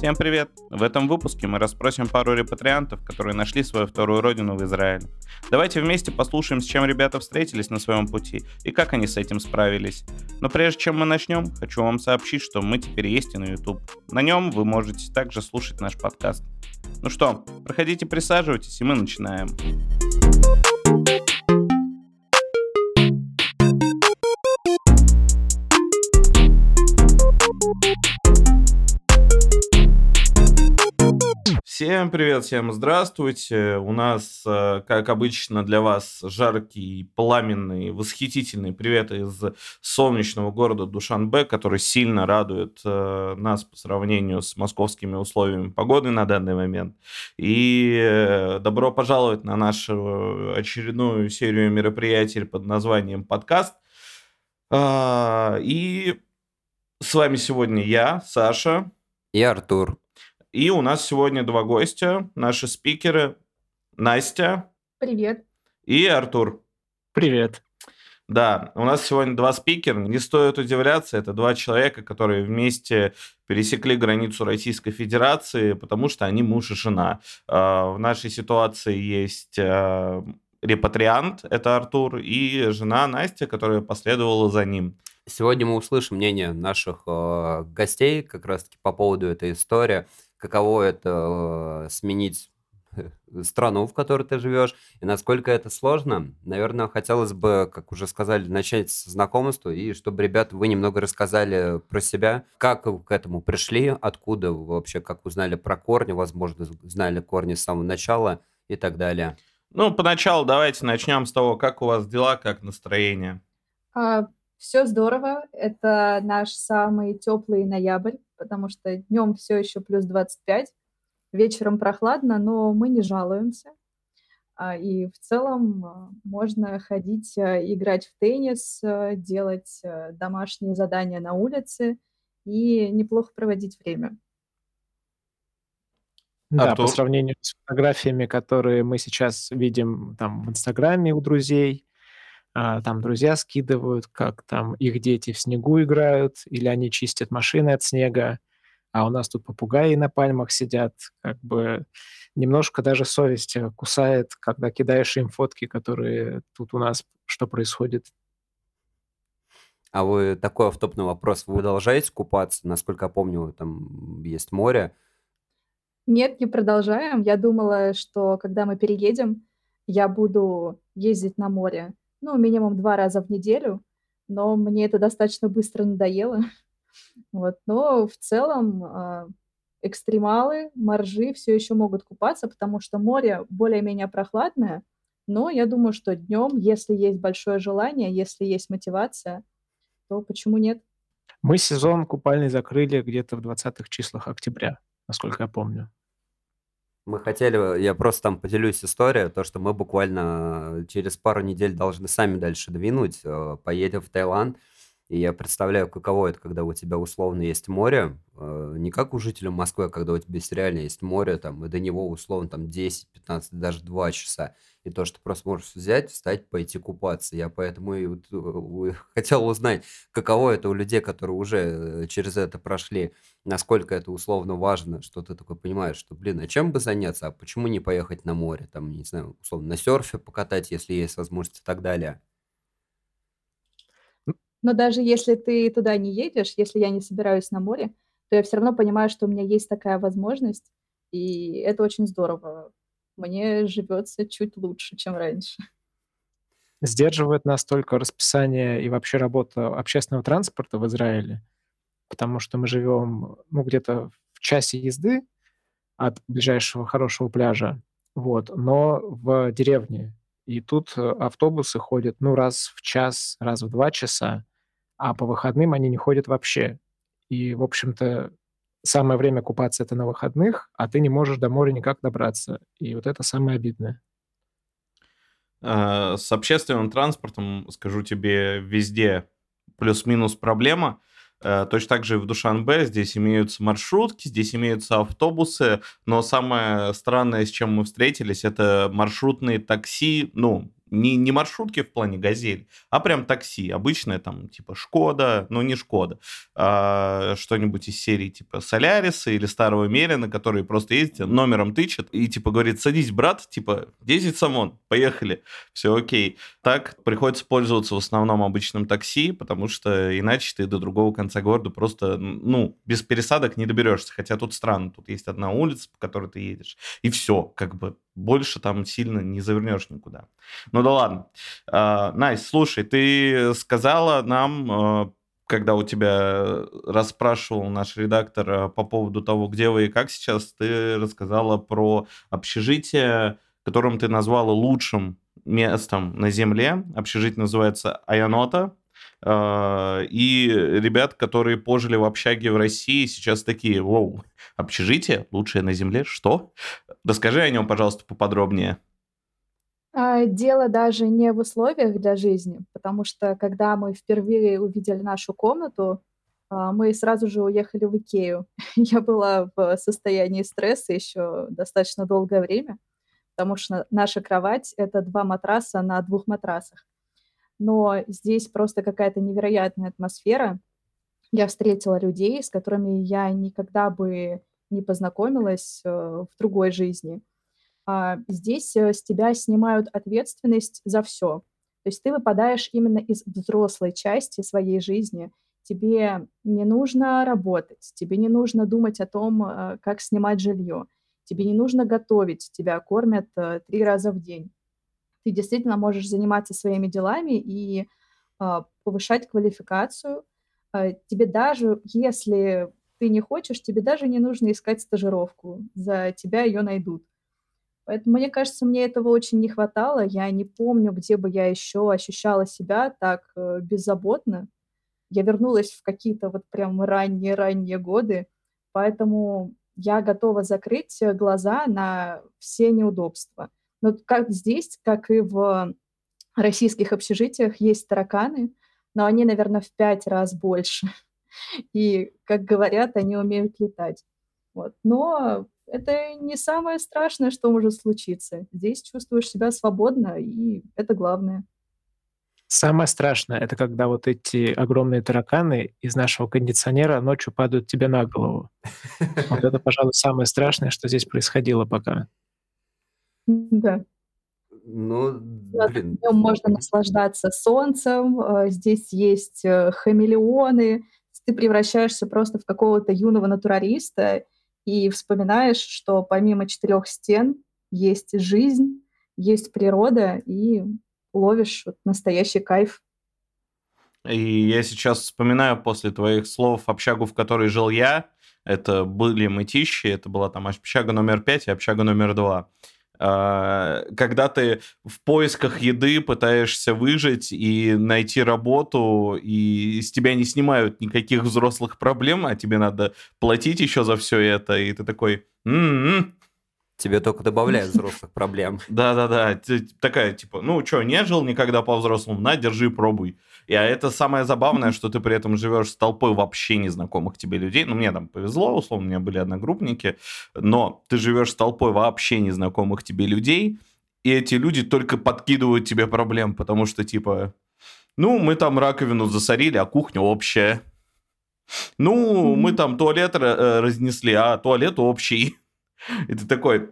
Всем привет! В этом выпуске мы расспросим пару репатриантов, которые нашли свою вторую родину в Израиле. Давайте вместе послушаем, с чем ребята встретились на своем пути и как они с этим справились. Но прежде чем мы начнем, хочу вам сообщить, что мы теперь есть и на YouTube. На нем вы можете также слушать наш подкаст. Ну что, проходите, присаживайтесь, и мы начинаем. Всем привет, всем здравствуйте. У нас, как обычно, для вас жаркий, пламенный, восхитительный привет из солнечного города Душанбе, который сильно радует нас по сравнению с московскими условиями погоды на данный момент. И добро пожаловать на нашу очередную серию мероприятий под названием «Подкаст». И с вами сегодня я, Саша. И Артур. И у нас сегодня два гостя, наши спикеры Настя. Привет. И Артур. Привет. Да, у нас сегодня два спикера. Не стоит удивляться, это два человека, которые вместе пересекли границу Российской Федерации, потому что они муж и жена. В нашей ситуации есть репатриант, это Артур, и жена Настя, которая последовала за ним. Сегодня мы услышим мнение наших гостей как раз-таки по поводу этой истории, каково это сменить страну, в которой ты живешь, и насколько это сложно. Наверное, хотелось бы, как уже сказали, начать с знакомства, и чтобы, ребята, вы немного рассказали про себя, как вы к этому пришли, откуда вы вообще, как узнали про корни, возможно, знали корни с самого начала и так далее. Ну, поначалу давайте начнем с того, как у вас дела, как настроение. Все здорово. Это наш самый теплый ноябрь, потому что днем все еще плюс 25, вечером прохладно, но мы не жалуемся. И в целом можно ходить, играть в теннис, делать домашние задания на улице и неплохо проводить время. Да, по Артур? сравнению с фотографиями, которые мы сейчас видим там в Инстаграме у друзей, там друзья скидывают, как там их дети в снегу играют, или они чистят машины от снега, а у нас тут попугаи на пальмах сидят. Как бы немножко даже совесть кусает, когда кидаешь им фотки, которые тут у нас, что происходит. А вы, такой оффтопный вопрос, вы продолжаете купаться? Насколько я помню, там есть море. Нет, не продолжаем. Я думала, что когда мы переедем, я буду ездить на море, минимум 2 раза в неделю, но мне это достаточно быстро надоело. Вот. Но в целом экстремалы, моржи все еще могут купаться, потому что море более-менее прохладное, но я думаю, что днем, если есть большое желание, если есть мотивация, то почему нет? Мы сезон купальный закрыли где-то в 20-х числах октября, насколько я помню. Мы хотели, я просто там поделюсь историей, то, что мы буквально через пару недель должны сами дальше двинуть, поедем в Таиланд, и я представляю, каково это, когда у тебя условно есть море, не как у жителя Москвы, а когда у тебя есть реально есть море, там, и до него условно там 10, 15, даже 2 часа, и то, что ты просто можешь взять, встать, пойти купаться. Я поэтому и хотел узнать, каково это у людей, которые уже через это прошли, насколько это условно важно, что ты такой понимаешь, что, а чем бы заняться, а почему не поехать на море, там, не знаю, условно, на серфе покатать, если есть возможность и так далее. Но даже если ты туда не едешь, если я не собираюсь на море, то я все равно понимаю, что у меня есть такая возможность, и это очень здорово. Мне живется чуть лучше, чем раньше. Сдерживает нас только расписание и вообще работа общественного транспорта в Израиле, потому что мы живем, где-то в часе езды от ближайшего хорошего пляжа, но в деревне. И тут автобусы ходят, раз в час, раз в 2 часа, а по выходным они не ходят вообще. И, в общем-то, самое время купаться — это на выходных, а ты не можешь до моря никак добраться. И вот это самое обидное. С общественным транспортом, скажу тебе, везде плюс-минус проблема. Точно так же и в Душанбе. Здесь имеются маршрутки, здесь имеются автобусы, но самое странное, с чем мы встретились, это маршрутные такси, Не маршрутки в плане «Газель», а прям такси. Обычное там типа «Шкода», ну не «Шкода», а что-нибудь из серии типа «Соляриса» или «Старого Мерина», который просто ездит, номером тычет и типа говорит: «Садись, брат, типа 10 самон, поехали, все окей». Так приходится пользоваться в основном обычным такси, потому что иначе ты до другого конца города просто, ну, без пересадок не доберешься. Хотя тут странно, тут есть одна улица, по которой ты едешь, и все, как бы больше там сильно не завернешь никуда. Ну да ладно. Настя, слушай, ты сказала нам, когда у тебя расспрашивал наш редактор по поводу того, где вы и как сейчас, ты рассказала про общежитие, которым ты назвала лучшим местом на Земле. Общежитие называется Айанота. И ребят, которые пожили в общаге в России, сейчас такие: «Воу, общежитие лучшее на Земле? Что?» Расскажи о нем, пожалуйста, поподробнее. Дело даже не в условиях для жизни, потому что когда мы впервые увидели нашу комнату, мы сразу же уехали в Икею. Я была в состоянии стресса еще достаточно долгое время, потому что наша кровать — это 2 матраса на 2 матрасах. Но здесь просто какая-то невероятная атмосфера. Я встретила людей, с которыми я никогда бы не познакомилась, в другой жизни. Здесь, с тебя снимают ответственность за все. То есть ты выпадаешь именно из взрослой части своей жизни. Тебе не нужно работать, тебе не нужно думать о том, как снимать жилье, тебе не нужно готовить, тебя кормят, 3 раза в день. Ты действительно можешь заниматься своими делами и, повышать квалификацию. Тебе даже, если ты не хочешь, тебе даже не нужно искать стажировку, за тебя ее найдут. Поэтому, мне кажется, мне этого очень не хватало. Я не помню, где бы я еще ощущала себя так, беззаботно. Я вернулась в какие-то вот прям ранние-ранние годы, поэтому я готова закрыть, глаза на все неудобства. Но как здесь, как и в российских общежитиях, есть тараканы, но они, наверное, в 5 раз больше. И, как говорят, они умеют летать. Вот. Но это не самое страшное, что может случиться. Здесь чувствуешь себя свободно, и это главное. Самое страшное — это когда вот эти огромные тараканы из нашего кондиционера ночью падают тебе на голову. Вот это, пожалуй, самое страшное, что здесь происходило пока. Да. Ну, блин. Днем можно наслаждаться солнцем, здесь есть, хамелеоны. Ты превращаешься просто в какого-то юного натуралиста и вспоминаешь, что помимо 4 стен есть жизнь, есть природа, и ловишь вот настоящий кайф. И я сейчас вспоминаю после твоих слов общагу, в которой жил я. Это были Мытищи, это была там общага номер 5 и общага номер 2. Когда ты в поисках еды пытаешься выжить и найти работу, и с тебя не снимают никаких взрослых проблем, а тебе надо платить еще за все это, и ты такой: «М-м-м». Тебе только добавляют взрослых проблем. Да-да-да, такая, типа, ну, что, не жил никогда по-взрослому? На, держи, пробуй. И это самое забавное, что ты при этом живешь с толпой вообще незнакомых тебе людей. Ну, мне там повезло, условно, у меня были одногруппники, но ты живешь с толпой вообще незнакомых тебе людей, и эти люди только подкидывают тебе проблем, потому что, типа, ну, мы там раковину засорили, а кухня общая. Ну, мы там туалет разнесли, а туалет общий. И ты такой: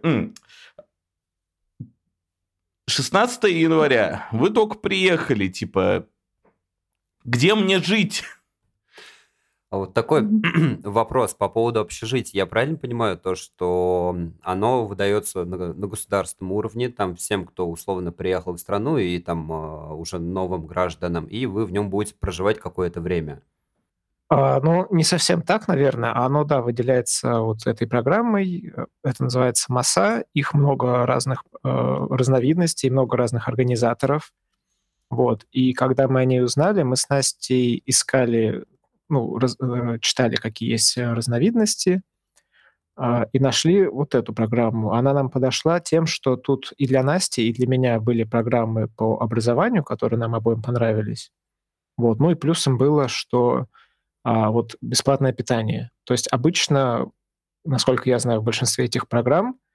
16 января, вы только приехали, типа, где мне жить? А вот такой вопрос по поводу общежития. Я правильно понимаю то, что оно выдается на государственном уровне, там всем, кто условно приехал в страну, и там уже новым гражданам, и вы в нем будете проживать какое-то время? Ну, не совсем так, наверное. Оно, да, выделяется вот этой программой. Это называется МАСА. Их много разных разновидностей, много разных организаторов. Вот. И когда мы о ней узнали, мы с Настей искали, ну, читали, какие есть разновидности, и нашли вот эту программу. Она нам подошла тем, что тут и для Насти, и для меня были программы по образованию, которые нам обоим понравились. Вот. Ну и плюсом было, что вот бесплатное питание. То есть обычно, насколько я знаю, в большинстве этих программ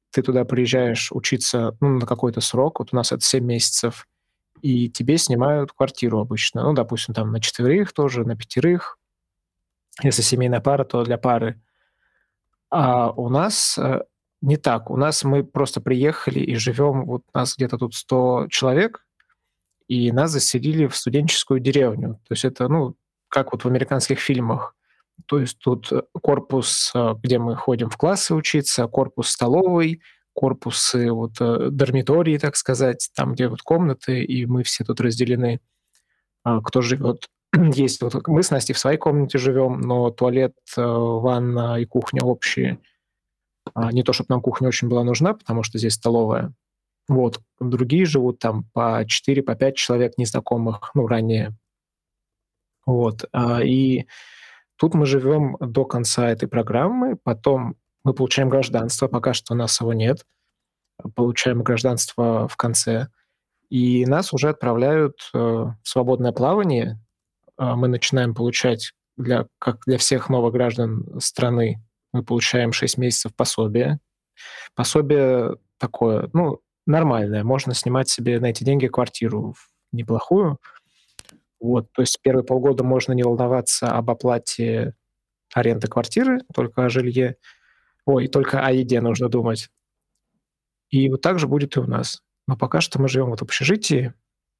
ты туда приезжаешь учиться на какой-то срок, вот у нас это 7 месяцев, и тебе снимают квартиру обычно. Ну, допустим, там на 4 тоже, на 5. Если семейная пара, то для пары. А у нас не так. У нас мы просто приехали и живем, вот у нас где-то тут 100 человек, и нас заселили в студенческую деревню. То есть это, как вот в американских фильмах. То есть тут корпус, где мы ходим в классы учиться, корпус столовый, корпусы, дармитории, так сказать, там, где вот комнаты, и мы все тут разделены, кто живет. Есть вот мы с Настей в своей комнате живем, но туалет, ванна и кухня общие. Не то, чтобы нам кухня очень была нужна, потому что здесь столовая. Вот. Другие живут там по 4, по 5 человек незнакомых, ранее. Вот. И тут мы живем до конца этой программы, потом мы получаем гражданство, пока что у нас его нет. Получаем гражданство в конце. И нас уже отправляют в свободное плавание. Мы начинаем получать, как для всех новых граждан страны, мы получаем 6 месяцев пособия. Пособие такое, нормальное. Можно снимать себе на эти деньги квартиру неплохую. Вот, то есть первые полгода можно не волноваться об оплате аренды квартиры, только о жилье. Только о еде нужно думать. И вот так же будет и у нас. Но пока что мы живем в общежитии,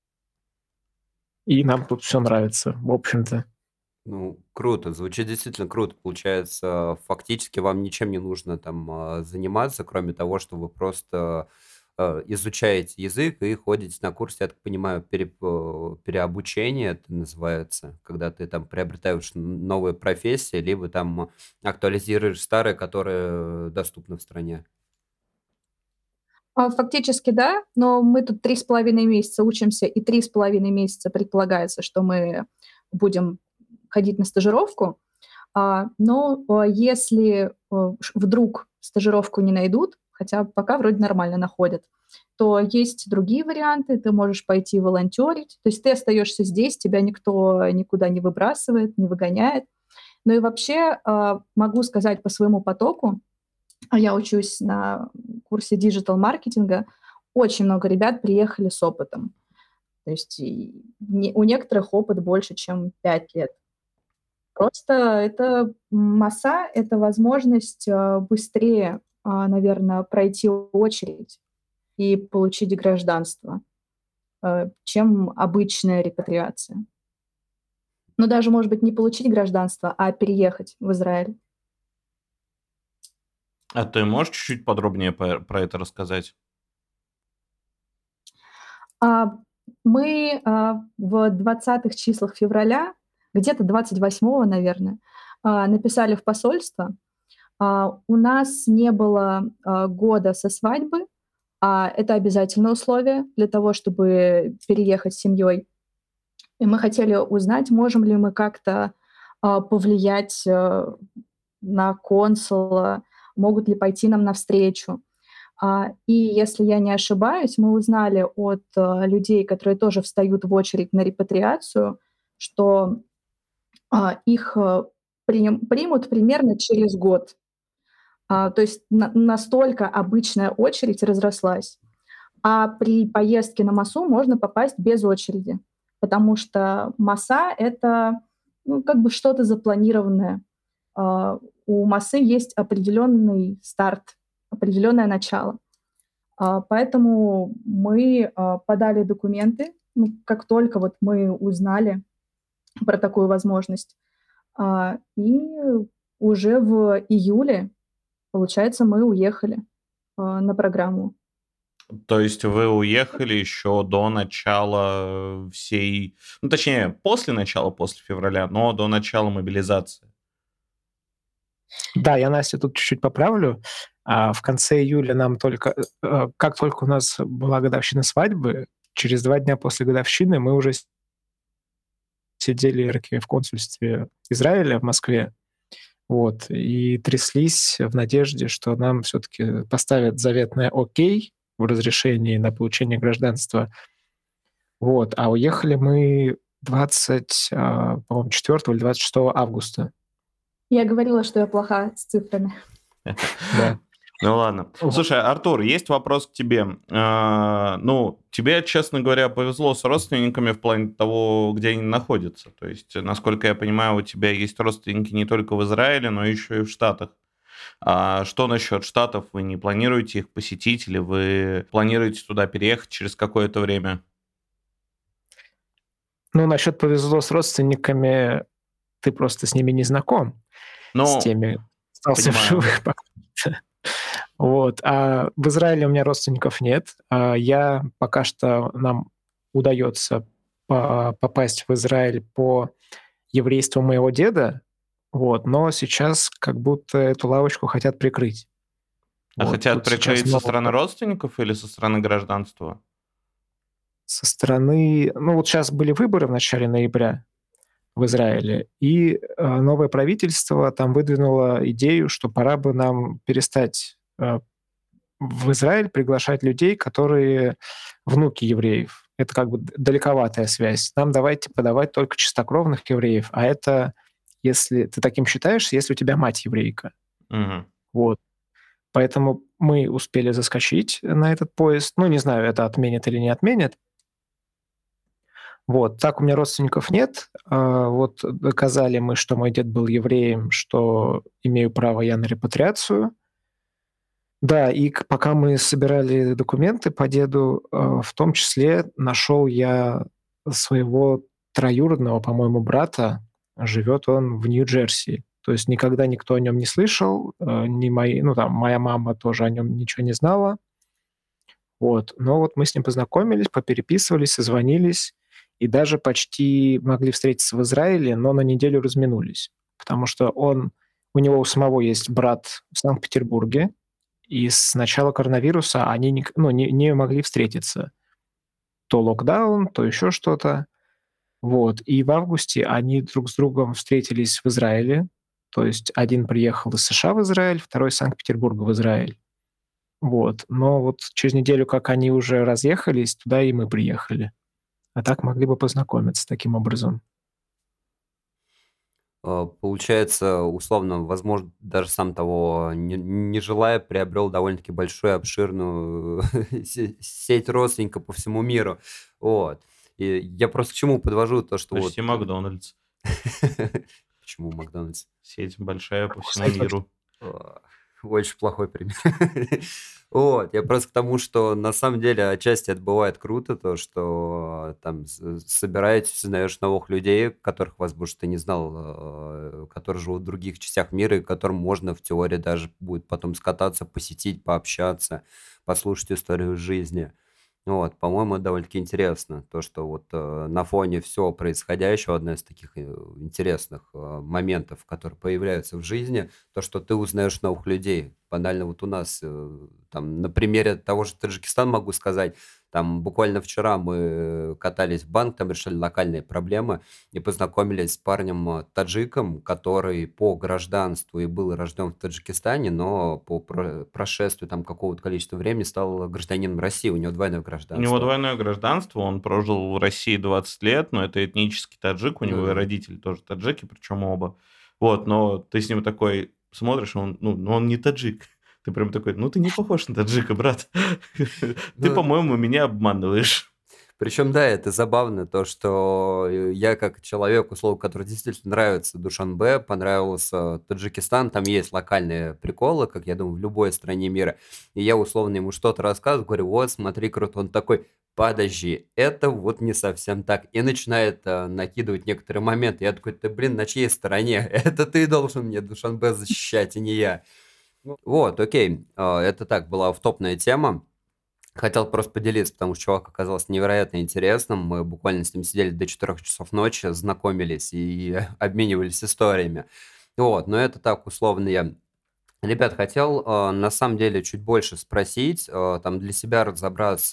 и нам тут все нравится, в общем-то. Круто, звучит действительно круто. Получается, фактически вам ничем не нужно там заниматься, кроме того, что вы просто изучаете язык и ходите на курсы, я так понимаю, переобучение это называется, когда ты там приобретаешь новые профессии, либо там актуализируешь старые, которые доступны в стране. Фактически, да, но мы тут 3,5 месяца учимся, и 3,5 месяца предполагается, что мы будем ходить на стажировку. Но если вдруг стажировку не найдут, хотя пока вроде нормально находят, то есть другие варианты. Ты можешь пойти волонтерить. То есть ты остаешься здесь, тебя никто никуда не выбрасывает, не выгоняет. Ну и вообще могу сказать по своему потоку, я учусь на курсе диджитал-маркетинга, очень много ребят приехали с опытом. То есть у некоторых опыт больше, чем 5 лет. Просто это МАСА, это возможность быстрее, наверное, пройти очередь и получить гражданство, чем обычная репатриация. Но даже, может быть, не получить гражданство, а переехать в Израиль. А ты можешь чуть-чуть подробнее про это рассказать? Мы в 20-х числах февраля, где-то 28-го, наверное, написали в посольство. У нас не было года со свадьбы, это обязательное условие для того, чтобы переехать с семьей. И мы хотели узнать, можем ли мы как-то повлиять на консула, могут ли пойти нам навстречу. И если я не ошибаюсь, мы узнали от людей, которые тоже встают в очередь на репатриацию, что их примут примерно через год. То есть настолько обычная очередь разрослась. А при поездке на МАСУ можно попасть без очереди, потому что МАСА — это как бы что-то запланированное. У МАСы есть определенный старт, определенное начало. Поэтому мы подали документы, как только вот мы узнали про такую возможность. И уже в июле, получается, мы уехали на программу. То есть вы уехали еще до начала всей... точнее, после февраля, но до начала мобилизации. Да, я Настю тут чуть-чуть поправлю. В конце июля нам как только у нас была годовщина свадьбы, через 2 дня после годовщины мы уже сидели в консульстве Израиля в Москве, и тряслись в надежде, что нам все-таки поставят заветное «Окей» в разрешении на получение гражданства. А уехали мы 24 или 26 августа. Я говорила, что я плоха с цифрами. Да. Ну ладно. Вот. Слушай, Артур, есть вопрос к тебе. Ну, тебе, честно говоря, повезло с родственниками в плане того, где они находятся. То есть, насколько я понимаю, у тебя есть родственники не только в Израиле, но еще и в Штатах. А что насчет Штатов? Вы не планируете их посетить или вы планируете туда переехать через какое-то время? Ну, насчет повезло с родственниками, ты просто с ними не знаком, с Ну, теми, кто остался в понимаю. живых пока. Вот. А в Израиле у меня родственников нет. Я пока что нам удается попасть в Израиль по еврейству моего деда, вот, но сейчас как будто эту лавочку хотят прикрыть. А Вот, хотят тут сейчас прикрыть со новый стороны родственников или со стороны гражданства? со стороны... Ну, вот сейчас были выборы в начале ноября в Израиле, и новое правительство там выдвинуло идею, что пора бы нам перестать в Израиль приглашать людей, которые внуки евреев. Это как бы далековатая связь. Нам давайте подавать только чистокровных евреев, а это, если ты таким считаешь, если у тебя мать еврейка. Мгм. Вот. Поэтому мы успели заскочить на этот поезд. Ну, не знаю, это отменят или не отменят. Вот. Так у меня родственников нет. Вот доказали мы, что мой дед был евреем, что имею право я на репатриацию. Да, и пока мы собирали документы по деду, в том числе нашел я своего троюродного, по-моему, брата. Живет он в Нью-Джерси. То есть никогда никто о нем не слышал, ни мои, ну там моя мама тоже о нем ничего не знала. Вот. Но вот мы с ним познакомились, попереписывались, созвонились и даже почти могли встретиться в Израиле, но на неделю разминулись, потому что у него у самого есть брат в Санкт-Петербурге, и с начала коронавируса они не могли встретиться. То локдаун, то еще что-то. Вот. И в августе они друг с другом встретились в Израиле. То есть один приехал из США в Израиль, второй из Санкт-Петербурга в Израиль. Вот. Но вот через неделю, как они уже разъехались, туда и мы приехали. А так могли бы познакомиться таким образом. Получается, условно, возможно, даже сам того не желая, приобрел довольно-таки большую, обширную сеть родственников по всему миру. Вот. И я просто к чему подвожу то, что вот... Почти Макдональдс. Почему Макдональдс? Сеть большая по всему Кстати, миру. Очень плохой пример. Вот, я просто к тому, что на самом деле отчасти это бывает круто, то, что там собираетесь, узнаешь новых людей, которых, возможно, ты не знал, которые живут в других частях мира, и к которым можно в теории даже будет потом скататься, посетить, пообщаться, послушать историю жизни. Вот, по-моему, это довольно-таки интересно, то, что вот на фоне всего происходящего, одна из таких интересных моментов, которые появляются в жизни, то, что ты узнаешь новых людей. Банально вот у нас, там, на примере того же Таджикистана могу сказать, там буквально вчера мы катались в банк, там решали локальные проблемы и познакомились с парнем таджиком, который по гражданству и был рожден в Таджикистане, но по прошествию там какого-то количества времени стал гражданином России, у него двойное У него гражданство. двойное гражданство, он прожил в России 20 лет, но это этнический таджик, у него и Ну, родители тоже таджики, причем оба. Вот, но ты с ним такой смотришь, он не таджик. Ты прям такой, ну ты не похож на таджика, брат. Ты, ну, по-моему, меня обманываешь. Причем, да, это забавно, то, что я как человек, условно, который действительно нравится Душанбе, понравился Таджикистан, там есть локальные приколы, как я думаю, в любой стране мира. И я, условно, ему что-то рассказываю, говорю, вот, смотри, круто. Он такой, подожди, это вот не совсем так. И начинает накидывать некоторые моменты. Я такой, ты, блин, на чьей стороне? Это ты должен мне Душанбе защищать, а не я. Вот, окей, это так, была оффтопная тема. Хотел просто поделиться, потому что чувак оказался невероятно интересным. Мы буквально с ним сидели до 4 часов ночи, знакомились и обменивались историями. Вот, но это так, условно, я... Ребят, хотел на самом деле чуть больше спросить, там для себя разобраться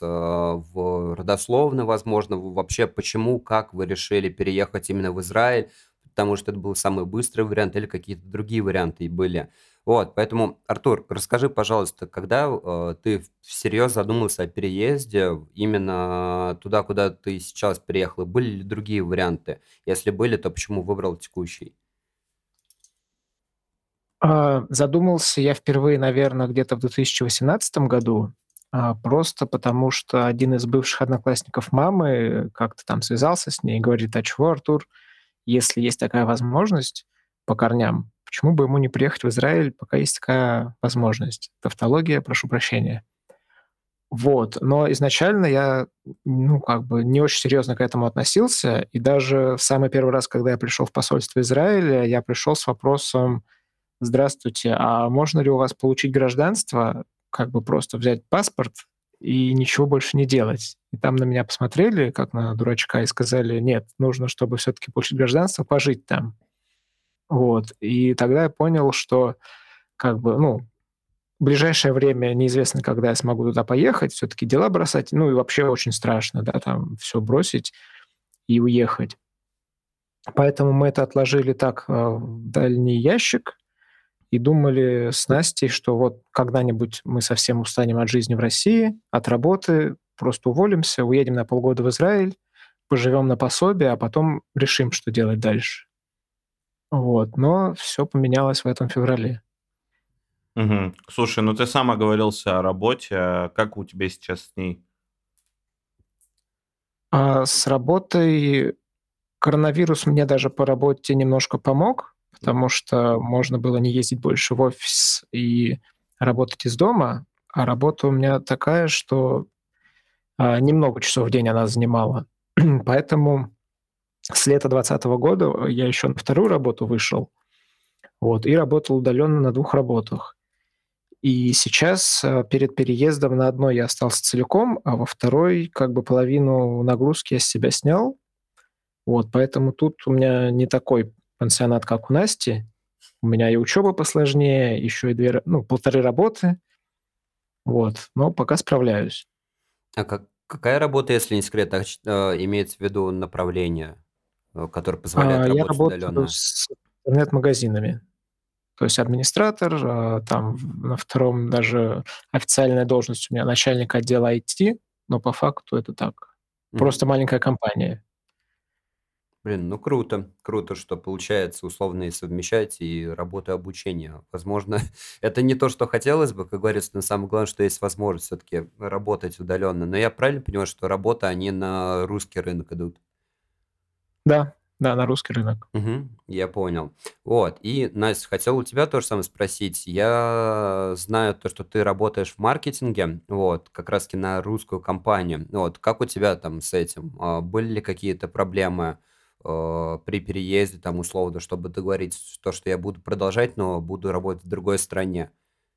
в родословной, возможно, вообще почему, как вы решили переехать именно в Израиль, потому что это был самый быстрый вариант или какие-то другие варианты и были. Вот, поэтому, Артур, расскажи, пожалуйста, когда ты всерьез задумался о переезде именно туда, куда ты сейчас переехал, и были ли другие варианты? Если были, то почему выбрал текущий? Задумался я впервые, наверное, где-то в 2018 году, просто потому что один из бывших одноклассников мамы как-то там связался с ней и говорит: "А чего, Артур, если есть такая возможность по корням, почему бы ему не приехать в Израиль, пока есть такая возможность?" Тавтология, прошу прощения. Вот, но изначально я, как бы не очень серьезно к этому относился, и даже в самый первый раз, когда я пришел в посольство Израиля, я пришел с вопросом: "Здравствуйте, а можно ли у вас получить гражданство, как бы просто взять паспорт и ничего больше не делать?" И там на меня посмотрели, как на дурачка, и сказали: "Нет, нужно, чтобы все-таки получить гражданство, пожить там". Вот, и тогда я понял, что как бы, в ближайшее время неизвестно, когда я смогу туда поехать, все-таки дела бросать, и вообще очень страшно, да, там все бросить и уехать. Поэтому мы это отложили так в дальний ящик и думали с Настей, что вот когда-нибудь мы совсем устанем от жизни в России, от работы, просто уволимся, уедем на полгода в Израиль, поживем на пособие, а потом решим, что делать дальше. Вот, но все поменялось в этом феврале. Мгм. Слушай, ну ты сам оговорился о работе. Как у тебя сейчас с ней? А с работой коронавирус мне даже по работе немножко помог, потому что можно было не ездить больше в офис и работать из дома, а работа у меня такая, что немного часов в день она занимала. Поэтому с лета 2020 года я еще на вторую работу вышел, вот, и работал удаленно на 2 работах. И сейчас перед переездом на одной я остался целиком, а во второй как бы половину нагрузки я с себя снял. Вот, поэтому тут у меня не такой пансионат, как у Насти. У меня и учеба посложнее, еще и 1,5 работы. Вот, но пока справляюсь. А какая работа, если не секрет, имеется в виду направление, которое позволяет Я работать работаю удаленно? с интернет-магазинами. То есть администратор, там на втором даже официальная должность у меня начальник отдела IT, но по факту это так. Просто маленькая компания. Блин, ну круто. Круто, что получается условно и совмещать и работу, и обучение. Возможно, это не то, что хотелось бы, как говорится, но самое главное, что есть возможность все-таки работать удаленно. Но я правильно понимаю, что работа, они на русский рынок идут? Да, да, на русский рынок. Мгм. Я понял. Вот. И, Настя, хотел у тебя тоже самое спросить. Я знаю то, что ты работаешь в маркетинге, вот, как раз-таки на русскую компанию. Вот. Как у тебя там с этим? Были ли какие-то проблемы при переезде, там, условно, чтобы договориться, то, что я буду продолжать, но буду работать в другой стране?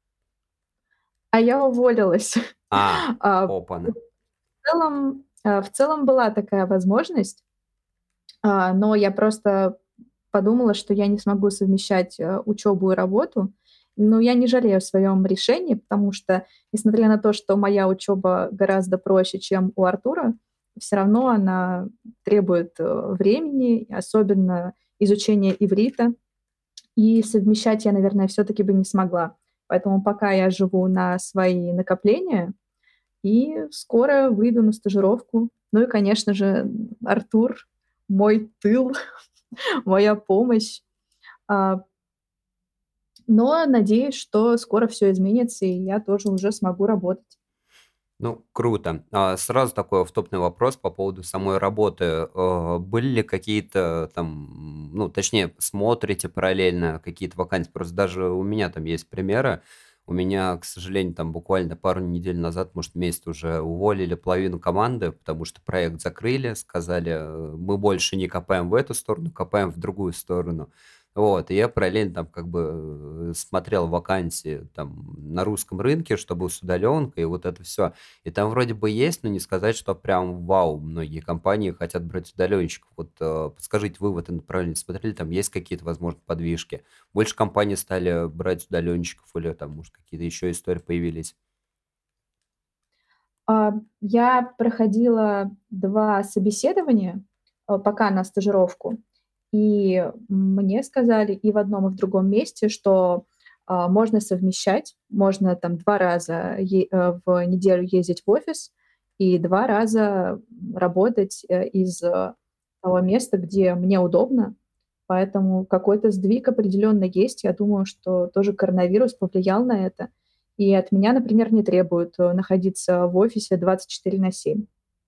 А я уволилась. В Опа. целом была такая возможность, но я просто подумала, что я не смогу совмещать, учебу и работу. Но я не жалею о своем решении, потому что, несмотря на то, что моя учеба гораздо проще, чем у Артура, все равно она требует, времени, особенно изучения иврита. И совмещать я, наверное, все таки бы не смогла. Поэтому пока я живу на свои накопления и скоро выйду на стажировку. Ну и, конечно же, Артур — мой тыл, моя помощь. А, но надеюсь, что скоро все изменится, и я тоже уже смогу работать. Ну, круто. Сразу такой оффтопный вопрос по поводу самой работы. Были ли какие-то там, ну, точнее, смотрите параллельно какие-то вакансии? Просто даже у меня там есть примеры. У меня, к сожалению, там буквально пару недель назад, может, месяц уже уволили половину команды, потому что проект закрыли, сказали, мы больше не копаем в эту сторону, копаем в другую сторону. Вот, и я параллельно там как бы смотрел вакансии там на русском рынке, чтобы с удаленкой, и вот это все. И там вроде бы есть, но не сказать, что прям вау, многие компании хотят брать удаленщиков. Вот подскажите, вы в этом направлении смотрели, там есть какие-то, возможно, подвижки? Больше компаний стали брать удаленщиков или там, может, какие-то еще истории появились? Я проходила 2 собеседования, пока на стажировку, и мне сказали и в одном, и в другом месте, что, можно совмещать, можно там 2 раза в неделю ездить в офис и 2 раза работать, из того места, где мне удобно. Поэтому какой-то сдвиг определенно есть. Я думаю, что тоже коронавирус повлиял на это. И от меня, например, не требуют находиться в офисе 24/7.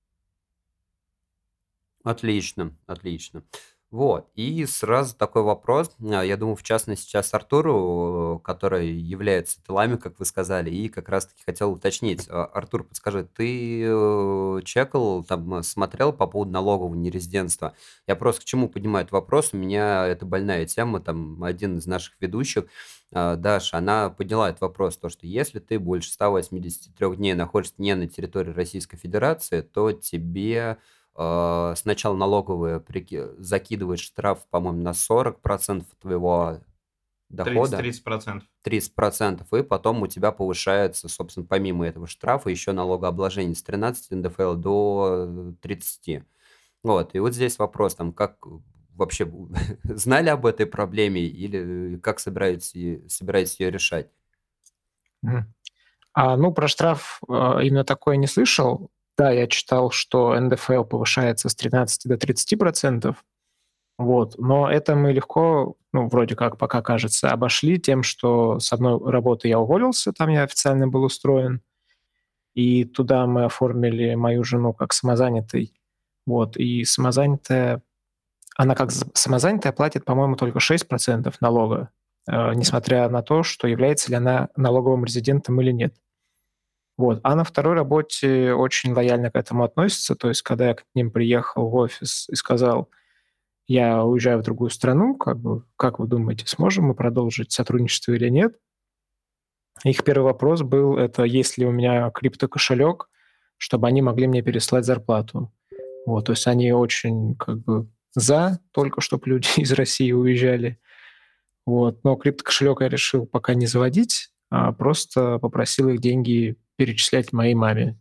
Отлично, отлично. Вот, и сразу такой вопрос. Я думаю, в частности, сейчас Артуру, который является тылами, как вы сказали, и как раз-таки хотел уточнить. Артур, подскажи, ты чекал, там, смотрел по поводу налогового нерезидентства? Я просто к чему поднимаю этот вопрос? У меня это больная тема, там, один из наших ведущих, Даша, она подняла этот вопрос, то, что если ты больше 183 дней находишься не на территории Российской Федерации, то тебе сначала налоговая закидывает штраф, по-моему, на 40% твоего дохода, 30%. 30%, и потом у тебя повышается, собственно, помимо этого штрафа, еще налогообложение с 13 НДФЛ до 30. Вот, и вот здесь вопрос, там, как вообще знали об этой проблеме или как собираетесь ее решать? Мгм. Ну, про штраф именно такое не слышал. Да, я читал, что НДФЛ повышается с 13 до 30%. Вот. Но это мы легко, ну, вроде как, пока кажется, обошли тем, что с одной работы я уволился, там я официально был устроен, и туда мы оформили мою жену как самозанятый. Вот. И самозанятая, она как самозанятая платит, по-моему, только 6% налога, несмотря на то, что является ли она налоговым резидентом или нет. Вот. А на второй работе очень лояльно к этому относятся. То есть, когда я к ним приехал в офис и сказал, я уезжаю в другую страну, как бы, как вы думаете, сможем мы продолжить сотрудничество или нет? Их первый вопрос был, это есть ли у меня криптокошелек, чтобы они могли мне переслать зарплату. Вот, то есть они очень как бы за только, чтобы люди из России уезжали. Вот, но криптокошелек я решил пока не заводить, а просто попросил их деньги перечислять моей маме.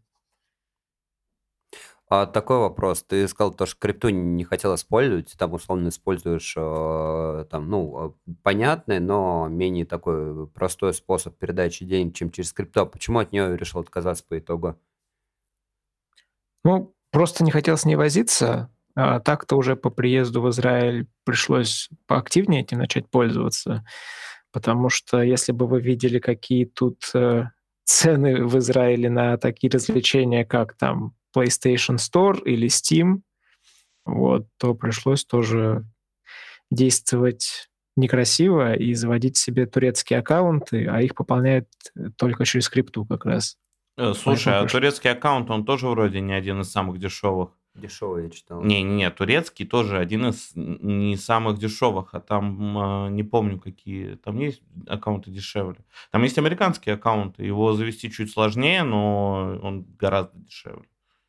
Такой вопрос. Ты сказал, то, что крипту не хотел использовать, там условно используешь там, ну, понятный, но менее такой простой способ передачи денег, чем через крипту. Почему от нее решил отказаться по итогу? Ну, просто не хотел с ней возиться. Так-то уже по приезду в Израиль пришлось поактивнее этим начать пользоваться, потому что если бы вы видели, какие тут цены в Израиле на такие развлечения, как там PlayStation Store или Steam, вот, то пришлось тоже действовать некрасиво и заводить себе турецкие аккаунты, а их пополняют только через крипту как раз. Слушай, Поэтому а пришлось. турецкий аккаунт, он тоже вроде не один из самых дешевых. Дешевый, я читал. Не, турецкий тоже один из не самых дешевых, а там не помню какие. Там есть аккаунты дешевле. Там есть американские аккаунты, его завести чуть сложнее, но он гораздо дешевле.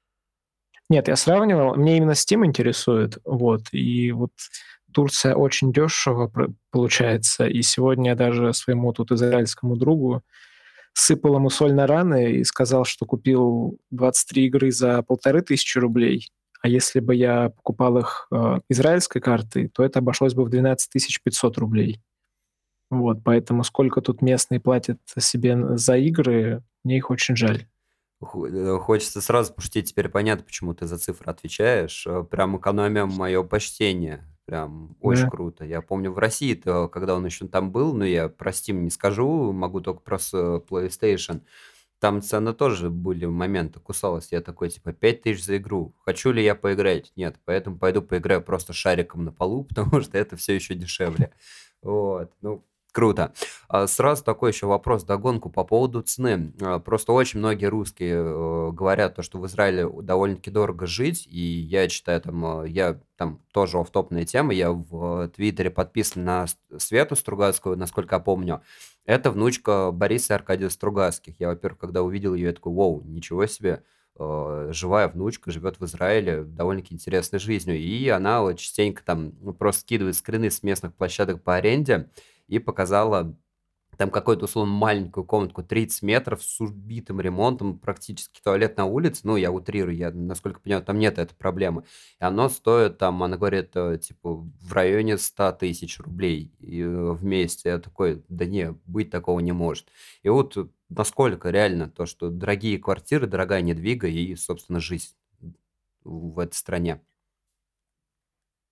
Нет, я сравнивал, мне именно Steam интересует, вот, и вот Турция очень дешево получается, и сегодня я даже своему тут израильскому другу сыпал ему соль на раны и сказал, что купил 23 игры за 1500 рублей, а если бы я покупал их израильской картой, то это обошлось бы в 12 500 рублей. Вот, поэтому сколько тут местные платят себе за игры, мне их очень жаль. Хочется сразу пошутить, теперь понятно, почему ты за цифры отвечаешь. Прям экономия, мое почтение. Прям очень Да. круто. Я помню в России, когда он еще там был, ну я про Steam не скажу, могу только про PlayStation. Там цены тоже были моменты, кусалось. Я такой, типа, 5000 за игру. Хочу ли я поиграть? Нет, поэтому пойду поиграю просто шариком на полу, потому что это все еще дешевле. Вот, ну, круто. Сразу такой еще вопрос, догонку по поводу цены. Просто очень многие русские говорят, то, что в Израиле довольно-таки дорого жить, и я читаю там, я там тоже оффтопная тема, я в Твиттере подписан на Свету Стругацкую, насколько я помню. Это внучка Бориса Аркадия Стругацких. Я, во-первых, когда увидел ее, я такой, вау, ничего себе, живая внучка, живет в Израиле, довольно-таки интересной жизнью. И она вот частенько там просто скидывает скрины с местных площадок по аренде и показала там какую-то, условно, маленькую комнатку 30 метров с убитым ремонтом, практически туалет на улице. Ну, я утрирую, я, насколько понимаю, там нет этой проблемы. И оно стоит, там, она говорит, типа, в районе 100 тысяч рублей в месяц. Я такой, да не, быть такого не может. И вот насколько реально то, что дорогие квартиры, дорогая недвига и, собственно, жизнь в этой стране.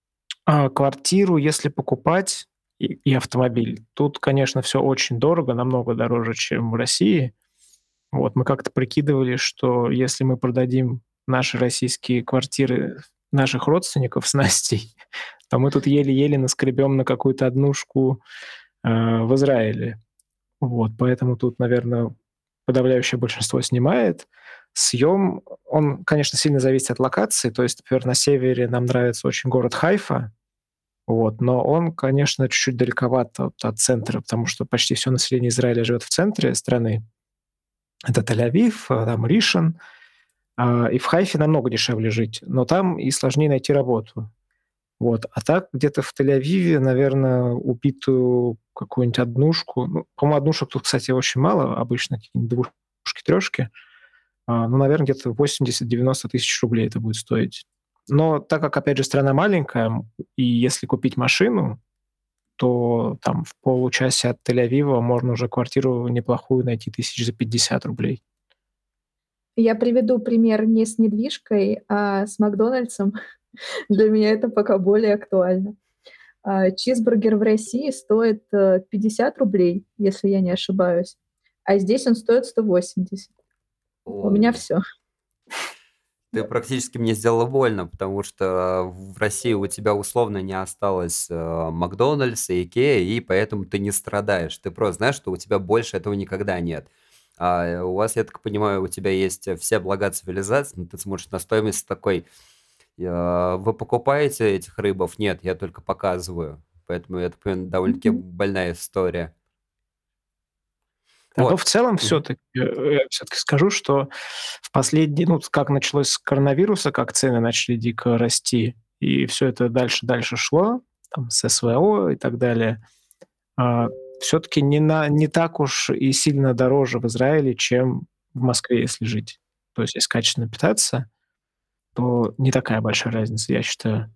Квартиру, если покупать, и автомобиль, тут, конечно, все очень дорого, намного дороже, чем в России. Вот, мы как-то прикидывали, что если мы продадим наши российские квартиры наших родственников с Настей, то мы тут еле-еле наскребем на какую-то однушку в Израиле. Вот, поэтому тут, наверное, подавляющее большинство снимает. Съем, он, конечно, сильно зависит от локации. То есть, например, на севере нам нравится очень город Хайфа, вот, но он, конечно, чуть-чуть далековат от центра, потому что почти все население Израиля живет в центре страны. Это Тель-Авив, там Ришон, и в Хайфе намного дешевле жить, но там и сложнее найти работу. Вот. А так где-то в Тель-Авиве, наверное, убитую какую-нибудь однушку. Ну, по-моему, однушек тут, кстати, очень мало, обычно какие-нибудь двушки, трешки. Ну, наверное, где-то 80-90 тысяч рублей это будет стоить. Но так как, опять же, страна маленькая, и если купить машину, то там в получасе от Тель-Авива можно уже квартиру неплохую найти 1050 рублей. Я приведу пример не с недвижкой, а с Макдональдсом. Для меня это пока более актуально. Чизбургер в России стоит 50 рублей, если я не ошибаюсь, а здесь он стоит 180. У меня Ой, все. ты практически мне сделала больно, потому что в России у тебя условно не осталось Макдональдса, Икея, и поэтому ты не страдаешь. Ты просто знаешь, что у тебя больше этого никогда нет. А у вас, я так понимаю, у тебя есть все блага цивилизации, но ты смотришь на стоимость такой, вы покупаете этих рыбов? Нет, я только показываю. Поэтому это, довольно-таки больная история. Да, но Вот. в целом Мгм. все-таки скажу, что в последние, ну, как началось с коронавируса, как цены начали дико расти, и все это дальше шло, там, с СВО и так далее, все-таки не так уж и сильно дороже в Израиле, чем в Москве, если жить. То есть если качественно питаться, то не такая большая разница, я считаю.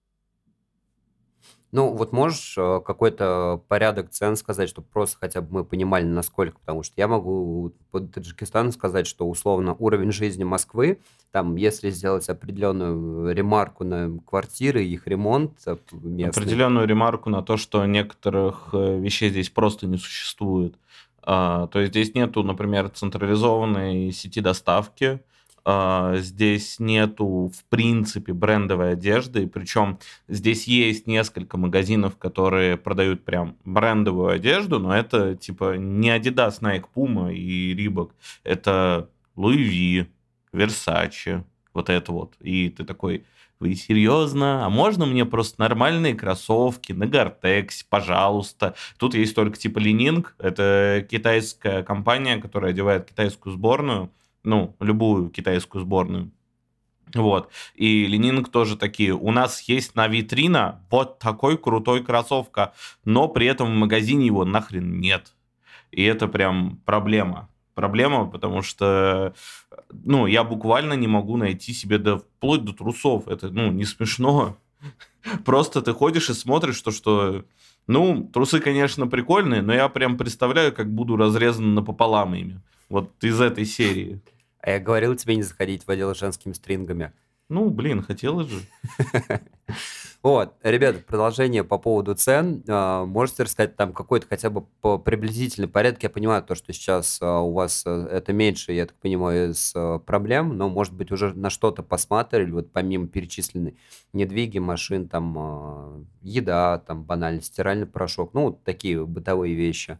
Ну, вот можешь какой-то порядок цен сказать, чтобы просто хотя бы мы понимали, насколько, потому что я могу по Таджикистану сказать, что условно уровень жизни Москвы, там, если сделать определенную ремарку на квартиры, их ремонт местный, Определенную ремарку на то, что некоторых вещей здесь просто не существует. То есть здесь нету, например, централизованной сети доставки, здесь нету, в принципе, брендовой одежды, причем здесь есть несколько магазинов, которые продают прям брендовую одежду, но это типа не Adidas, Nike, Puma и Reebok, это Louis V, Versace, вот это вот. И ты такой, вы серьезно? А можно мне просто нормальные кроссовки на Гортексе, пожалуйста? Тут есть только типа Ленинг, это китайская компания, которая одевает китайскую сборную, ну, любую китайскую сборную. Вот. И Ленинг тоже такие. У нас есть на витрина вот такой крутой кроссовка, но при этом в магазине его нахрен нет. И это прям проблема. Проблема, потому что, ну, я буквально не могу найти себе, да вплоть до трусов. Это, ну, не смешно. Просто ты ходишь и смотришь, что, ну, трусы, конечно, прикольные, но я прям представляю, как буду разрезан напополам ими. Вот из этой серии. А я говорил тебе не заходить в отдел с женскими стрингами. Ну, блин, хотелось же. Вот, ребята, продолжение по поводу цен. Можете рассказать там какой-то хотя бы по приблизительный порядок? Я понимаю то, что сейчас у вас это меньше, я так понимаю, из проблем, но, может быть, уже на что-то посмотрели, вот помимо перечисленной недвиги, машин, там, еда, там, банально, стиральный порошок, ну, вот такие бытовые вещи.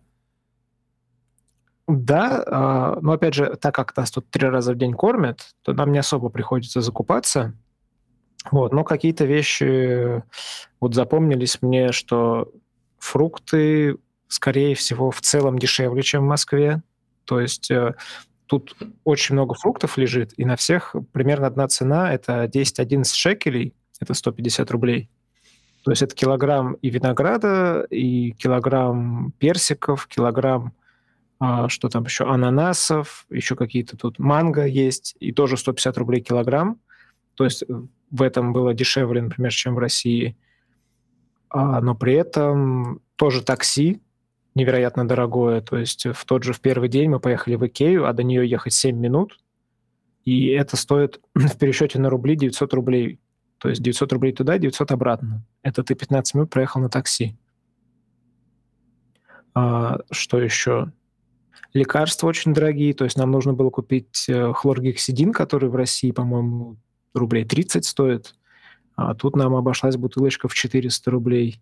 Да, но опять же, так как нас тут 3 раза в день кормят, то нам не особо приходится закупаться. Вот, но какие-то вещи вот запомнились мне, что фрукты, скорее всего, в целом дешевле, чем в Москве. То есть тут очень много фруктов лежит, и на всех примерно одна цена – это 10-11 шекелей, это 150 рублей. То есть это килограмм и винограда, и килограмм персиков, килограмм что там еще, ананасов, еще какие-то тут манго есть, и тоже 150 рублей килограмм. То есть в этом было дешевле, например, чем в России. Но при этом тоже такси невероятно дорогое. То есть в первый день мы поехали в Икею, а до нее ехать 7 минут, и это стоит в пересчете на рубли 900 рублей. То есть 900 рублей туда, 900 обратно. Это ты 15 минут проехал на такси. Что еще? Лекарства очень дорогие. То есть нам нужно было купить хлоргексидин, который в России, по-моему, рублей 30 стоит. А тут нам обошлась бутылочка в 400 рублей.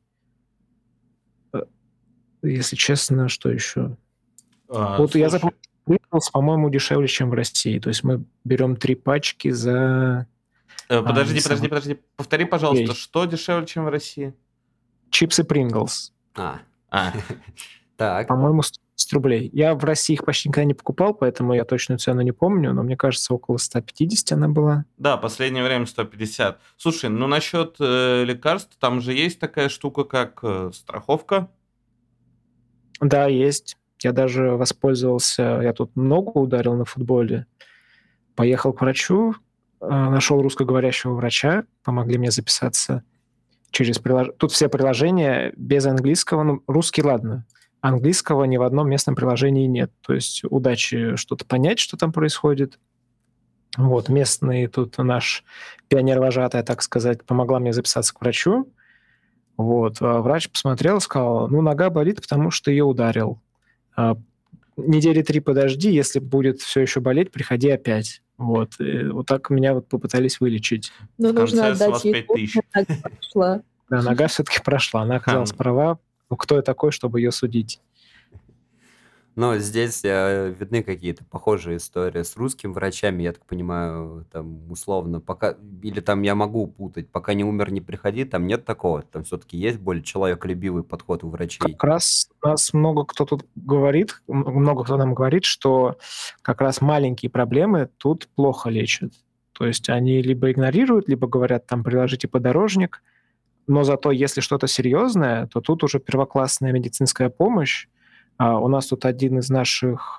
Если честно, что еще? Вот я Слушай, запомнил, по-моему, дешевле, чем в России. То есть мы берем 3 пачки за... подожди. за Повтори, пожалуйста, рублей. что дешевле, чем в России? Чипсы Принглс. А, А, так. По-моему, 100 рублей. Я в России их почти никогда не покупал, поэтому я точную цену не помню, но мне кажется, около 150 она была. да, последнее время 150. Слушай, ну насчет лекарств, там же есть такая штука, как страховка. Да, есть. Я даже воспользовался, я тут ногу ударил на футболе, поехал к врачу, нашел русскоговорящего врача, помогли мне записаться через приложение. Тут все приложения без английского, ну, русский, ладно. Английского ни в одном местном приложении нет. То есть удачи что-то понять, что там происходит. Вот, местный тут наш пионер-вожатая, так сказать, помогла мне записаться к врачу. Вот, врач посмотрел и сказал, ну, нога болит, потому что ее ударил. Недели 3 подожди, если будет все еще болеть, приходи опять. Вот, вот так меня вот попытались вылечить. Ну, В нужно конце с вас отдать ей 5000. должное, нога пошла. Да, нога все-таки прошла, она оказалась права. Ну, кто я такой, чтобы ее судить? Но здесь видны какие-то похожие истории с русскими врачами, я так понимаю, там условно, пока, или там я могу путать, пока не умер, не приходи, там нет такого, там все-таки есть более человеколюбивый подход у врачей. Как раз нас много кто тут говорит, много кто нам говорит, что как раз маленькие проблемы тут плохо лечат. То есть они либо игнорируют, либо говорят, там, приложите подорожник, но зато если что-то серьезное, то тут уже первоклассная медицинская помощь. У нас тут один из наших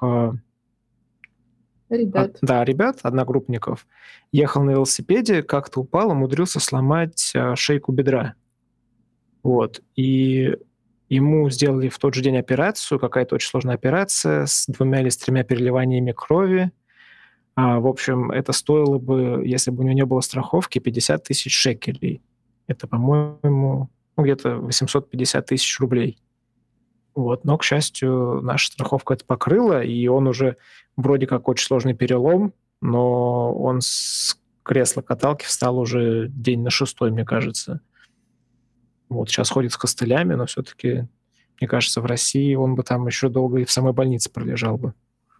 Ребят. одногруппников, ехал на велосипеде, как-то упал, умудрился сломать шейку бедра. Вот. И ему сделали в тот же день операцию, какая-то очень сложная операция с 2 или с 3 переливаниями крови. В общем, это стоило бы, если бы у него не было страховки, 50 тысяч шекелей. Это, по-моему, где-то 850 тысяч рублей. Вот. Но, к счастью, наша страховка это покрыла, и он уже вроде как очень сложный перелом, но он с кресла-каталки встал уже день на 6-й, мне кажется. Вот, сейчас ходит с костылями, но все-таки, мне кажется, в России он бы там еще долго и в самой больнице пролежал бы.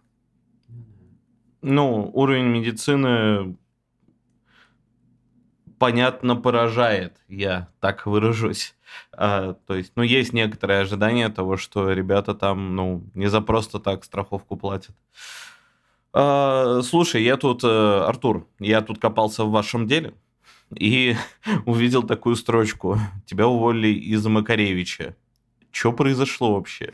Ну, уровень медицины, понятно, поражает, я так выражусь. То есть, ну, есть некоторые ожидания того, что ребята там, ну, не за просто так страховку платят. Слушай, Артур, я тут копался в вашем деле и увидел такую строчку. Тебя уволили из Макаревича. Что произошло вообще?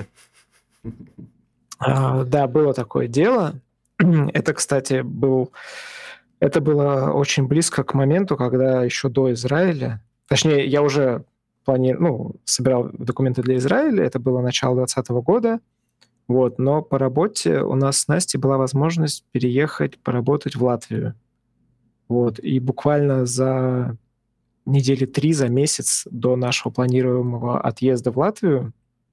Да, было такое дело. Это, кстати, это было очень близко к моменту, когда еще до Израиля, точнее, я уже собирал документы для Израиля, это было начало 2020 года, вот, но по работе у нас с Настей была возможность переехать поработать в Латвию. Вот, и буквально за недели 3, за месяц до нашего планируемого отъезда в Латвию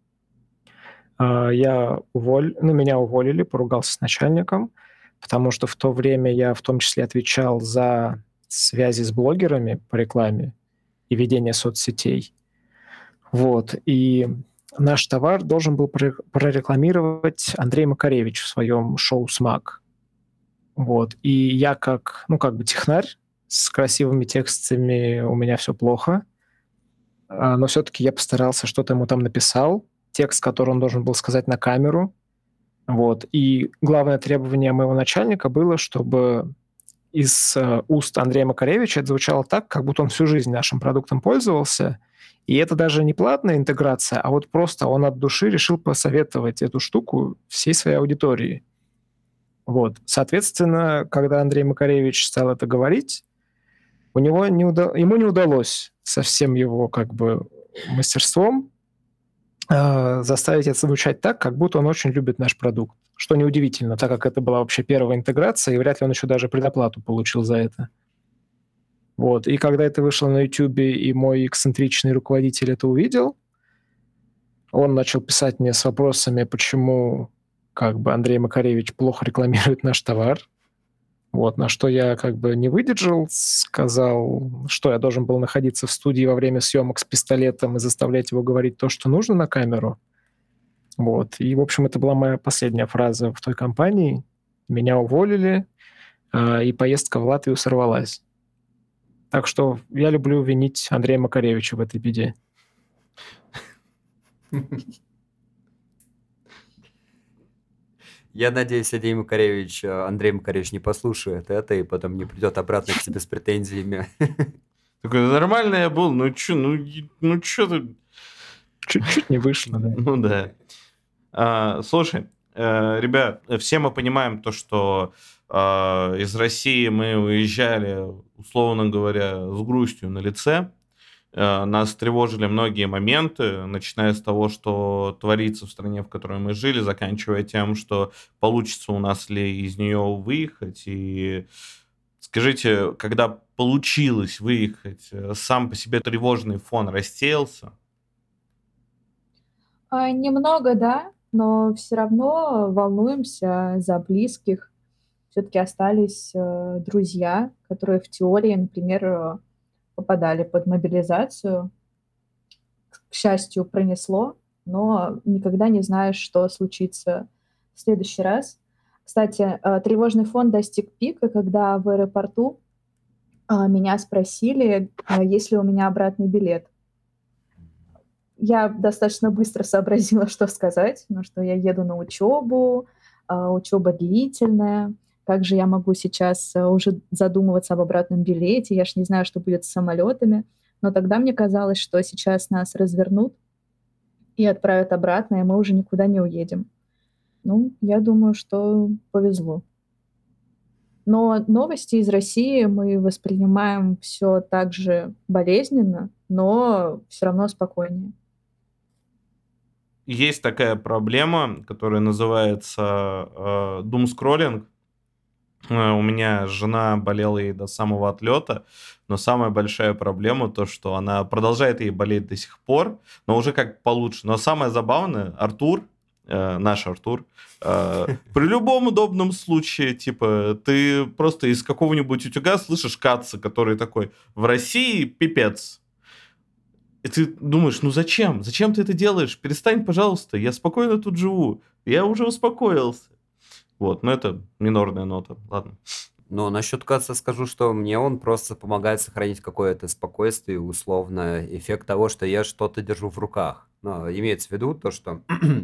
меня уволили, поругался с начальником, потому что в то время я в том числе отвечал за связи с блогерами по рекламе и ведение соцсетей. Вот. И наш товар должен был прорекламировать Андрей Макаревич в своем шоу «Смак». Вот. И я как бы технарь с красивыми текстами, у меня все плохо, но все-таки я постарался, что-то ему там написал, текст, который он должен был сказать на камеру. Вот. И главное требование моего начальника было, чтобы из уст Андрея Макаревича это звучало так, как будто он всю жизнь нашим продуктом пользовался. И это даже не платная интеграция, а вот просто он от души решил посоветовать эту штуку всей своей аудитории. Вот. Соответственно, когда Андрей Макаревич стал это говорить, ему не удалось со всем его мастерством заставить это звучать так, как будто он очень любит наш продукт. Что неудивительно, так как это была вообще первая интеграция, и вряд ли он еще даже предоплату получил за это. Вот. И когда это вышло на Ютубе, и мой эксцентричный руководитель это увидел, он начал писать мне с вопросами, почему как бы Андрей Макаревич плохо рекламирует наш товар. Вот, на что я как бы не выдержал, сказал, что я должен был находиться в студии во время съемок с пистолетом и заставлять его говорить то, что нужно на камеру. Вот. И, в общем, это была моя последняя фраза в той компании. Меня уволили, и поездка в Латвию сорвалась. Так что я люблю винить Андрея Макаревича в этой беде. Я надеюсь, Андрей Макаревич не послушает это и потом не придет обратно к тебе с претензиями. Такой, нормально я был, ну чё ты... Чуть-чуть не вышло, да. Ну да. Слушай, ребят, все мы понимаем то, что из России мы уезжали, условно говоря, с грустью на лице. Нас тревожили многие моменты, начиная с того, что творится в стране, в которой мы жили, заканчивая тем, что получится у нас ли из нее выехать. И скажите, когда получилось выехать, сам по себе тревожный фон рассеялся? Немного, да, но все равно волнуемся за близких. Все-таки остались друзья, которые в теории, например, попадали под мобилизацию. К счастью, пронесло, но никогда не знаешь, что случится в следующий раз. Кстати, тревожный фон достиг пика, когда в аэропорту меня спросили, есть ли у меня обратный билет. Я достаточно быстро сообразила, что сказать, ну, что я еду на учебу, учеба длительная, как же я могу сейчас уже задумываться об обратном билете, я ж не знаю, что будет с самолетами. Но тогда мне казалось, что сейчас нас развернут и отправят обратно, и мы уже никуда не уедем. Ну, я думаю, что повезло. Но новости из России мы воспринимаем все так же болезненно, но все равно спокойнее. Есть такая проблема, которая называется думскроллинг. У меня жена болела ей до самого отлета, но самая большая проблема то, что она продолжает ей болеть до сих пор, но уже как получше. Но самое забавное, Артур, наш Артур, при любом удобном случае, типа, ты просто из какого-нибудь утюга слышишь Каца, который такой, в России пипец. И ты думаешь, ну зачем? Зачем ты это делаешь? Перестань, пожалуйста, я спокойно тут живу. Я уже успокоился. Вот, но это минорная нота, ладно. Но насчет Каца скажу, что мне он просто помогает сохранить какое-то спокойствие, условно, эффект того, что я что-то держу в руках. Но имеется в виду то, что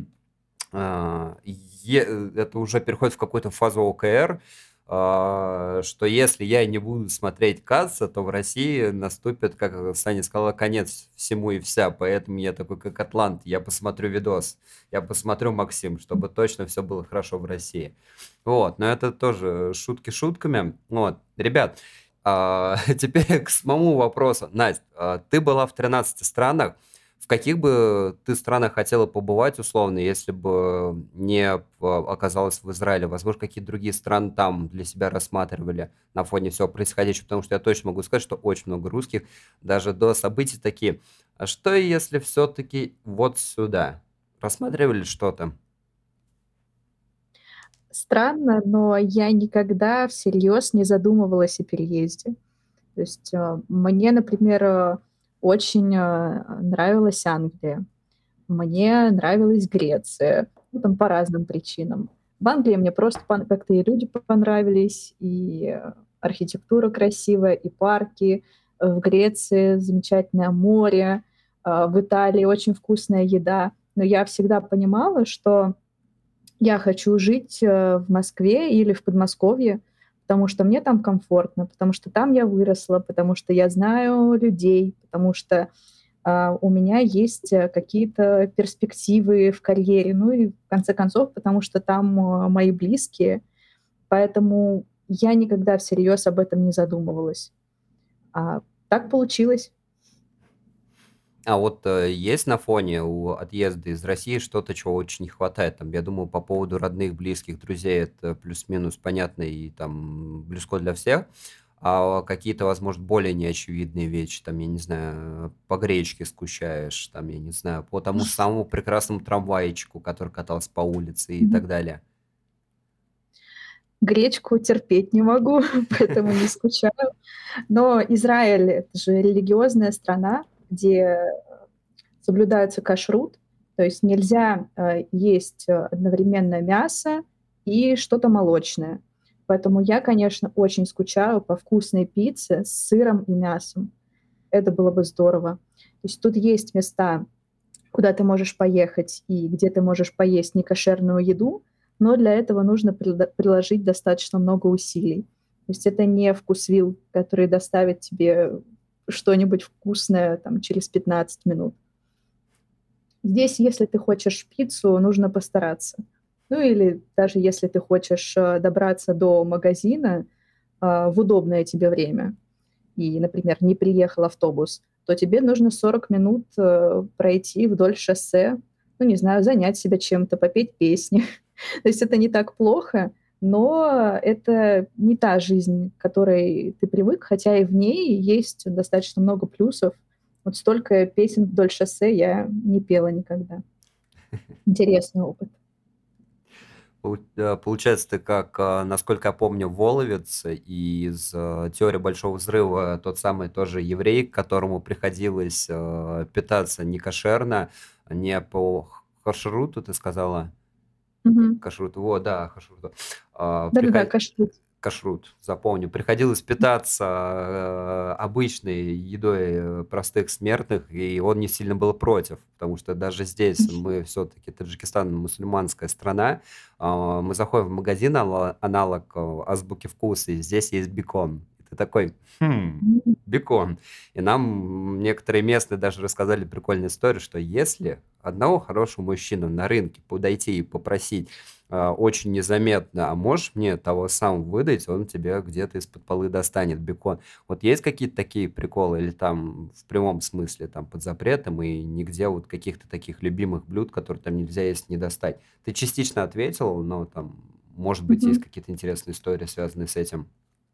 это уже переходит в какую-то фазу ОКР, что если я не буду смотреть Каца, то в России наступит, как Саня сказала, конец всему и вся. Поэтому я такой, как Атлант, я посмотрю видос, я посмотрю Максим, чтобы точно все было хорошо в России. Вот, но это тоже шутки шутками. Вот, ребят, теперь к самому вопросу. Настя, ты была в 13 странах. В каких бы ты странах хотела побывать, условно, если бы не оказалась в Израиле? Возможно, какие-то другие страны там для себя рассматривали на фоне всего происходящего, потому что я точно могу сказать, что очень много русских даже до событий такие. А что, если все-таки вот сюда? Рассматривали что-то? Странно, но я никогда всерьез не задумывалась о переезде. То есть мне, например, очень нравилась Англия. Мне нравилась Греция. Ну, там по разным причинам. В Англии мне просто как-то и люди понравились, и архитектура красивая, и парки. В Греции замечательное море. В Италии очень вкусная еда. Но я всегда понимала, что я хочу жить в Москве или в Подмосковье, потому что мне там комфортно, потому что там я выросла, потому что я знаю людей, потому что у меня есть какие-то перспективы в карьере, ну и в конце концов, потому что там мои близкие, поэтому я никогда всерьез об этом не задумывалась. А так получилось. А вот есть на фоне у отъезда из России что-то, чего очень не хватает? Там, я думаю, по поводу родных, близких, друзей это плюс-минус понятно и там близко для всех. а какие-то, возможно, более неочевидные вещи, там, я не знаю, по гречке скучаешь, там, я не знаю, по тому самому прекрасному трамвайчику, который катался по улице и так далее. Гречку терпеть не могу, поэтому не скучаю. Но Израиль — это же религиозная страна, где соблюдается кашрут, то есть нельзя есть одновременно мясо и что-то молочное. Поэтому я, конечно, очень скучаю по вкусной пицце с сыром и мясом. Это было бы здорово. То есть тут есть места, куда ты можешь поехать и где ты можешь поесть некошерную еду, но для этого нужно приложить достаточно много усилий. То есть это не вкусвилл, который доставит тебе что-нибудь вкусное там, через 15 минут. Здесь, если ты хочешь пиццу, нужно постараться. Ну или даже если ты хочешь добраться до магазина в удобное тебе время, и, например, не приехал автобус, то тебе нужно 40 минут пройти вдоль шоссе, ну, не знаю, занять себя чем-то, попеть песни. То есть это не так плохо, но это не та жизнь, к которой ты привык, хотя и в ней есть достаточно много плюсов. Вот столько песен вдоль шоссе я не пела никогда. Интересный опыт. Получается, ты как, насколько я помню, Воловец из «Теории Большого Взрыва», тот самый тоже еврей, к которому приходилось питаться не кошерно, не по кашруту, ты сказала? Мгм. Кашрут, вот, да, кашруту. Да-да-да, кашрут. Кашрут, запомню. Приходилось питаться обычной едой простых смертных, и он не сильно был против, потому что даже здесь мы все-таки Таджикистан мусульманская страна, мы заходим в магазин, аналог азбуки вкуса, и здесь есть бекон. И ты такой, бекон. И нам некоторые местные даже рассказали прикольную историю, что если одного хорошего мужчину на рынке подойти и попросить очень незаметно, а можешь мне того самого выдать, он тебе где-то из-под полы достанет бекон. Вот есть какие-то такие приколы или там в прямом смысле там под запретом и нигде вот каких-то таких любимых блюд, которые там нельзя есть, не достать? Ты частично ответил, но там, может быть, есть какие-то интересные истории, связанные с этим.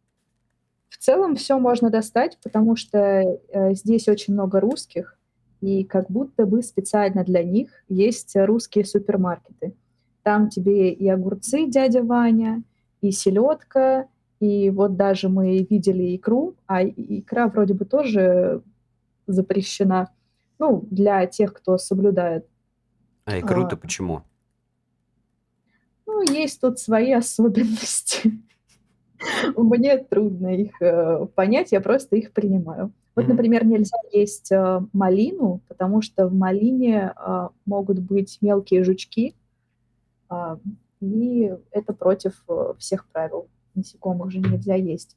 В целом все можно достать, потому что здесь очень много русских, и как будто бы специально для них есть русские супермаркеты. Там тебе и огурцы дядя Ваня, и селедка, и вот даже мы видели икру, а икра вроде бы тоже запрещена, ну, для тех, кто соблюдает. А икру А, ты почему? Ну, есть тут свои особенности. Мне трудно их понять, я просто их принимаю. Вот, например, нельзя есть малину, потому что в малине могут быть мелкие жучки, и это против всех правил. Насекомых же нельзя есть.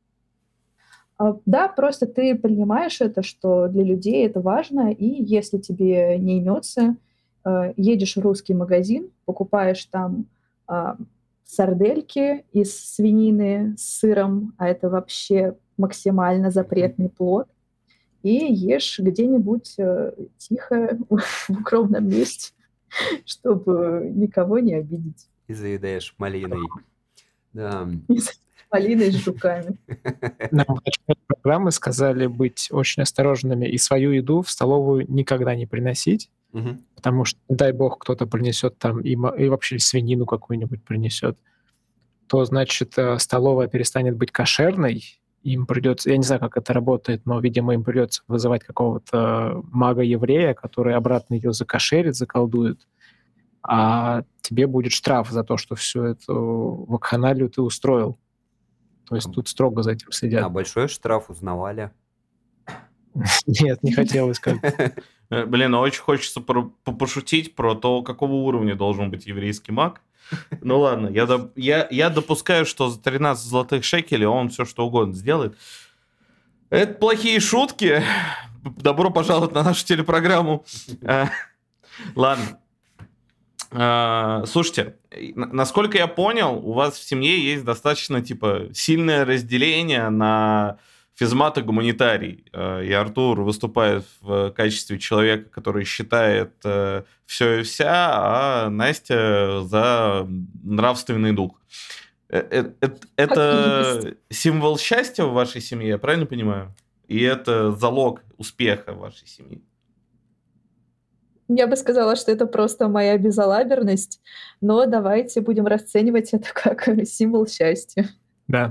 Да, просто ты принимаешь это, что для людей это важно, и если тебе не имется, едешь в русский магазин, покупаешь там сардельки из свинины с сыром, а это вообще максимально запретный плод, и ешь где-нибудь тихо в укромном месте, чтобы никого не обидеть. И заедаешь малиной. Да. И с малиной, с жуками. Нам в начале программы сказали быть очень осторожными и свою еду в столовую никогда не приносить, потому что, не дай бог, кто-то принесет там и вообще свинину какую-нибудь принесет, то, значит, столовая перестанет быть кошерной, им придется, я не знаю, как это работает, но, видимо, им придется вызывать какого-то мага-еврея, который обратно ее закошерит, заколдует, а тебе будет штраф за то, что всю эту вакханалию ты устроил. То есть тут строго за этим А следят. большой штраф узнавали? Нет, не хотелось как. Блин, очень хочется пошутить про то, какого уровня должен быть еврейский маг. Ну ладно, я допускаю, что за 13 золотых шекелей он все что угодно сделает. Это плохие шутки. Добро пожаловать на нашу телепрограмму. Ладно. Слушайте, насколько я понял, у вас в семье есть достаточно типа сильное разделение на физмат и гуманитарий. И Артур выступает в качестве человека, который считает все и вся, а Настя за нравственный дух. Так и есть. Это символ счастья в вашей семье, я правильно понимаю? И это залог успеха в вашей семьи. Я бы сказала, что это просто моя безалаберность, но давайте будем расценивать это как символ счастья. Да.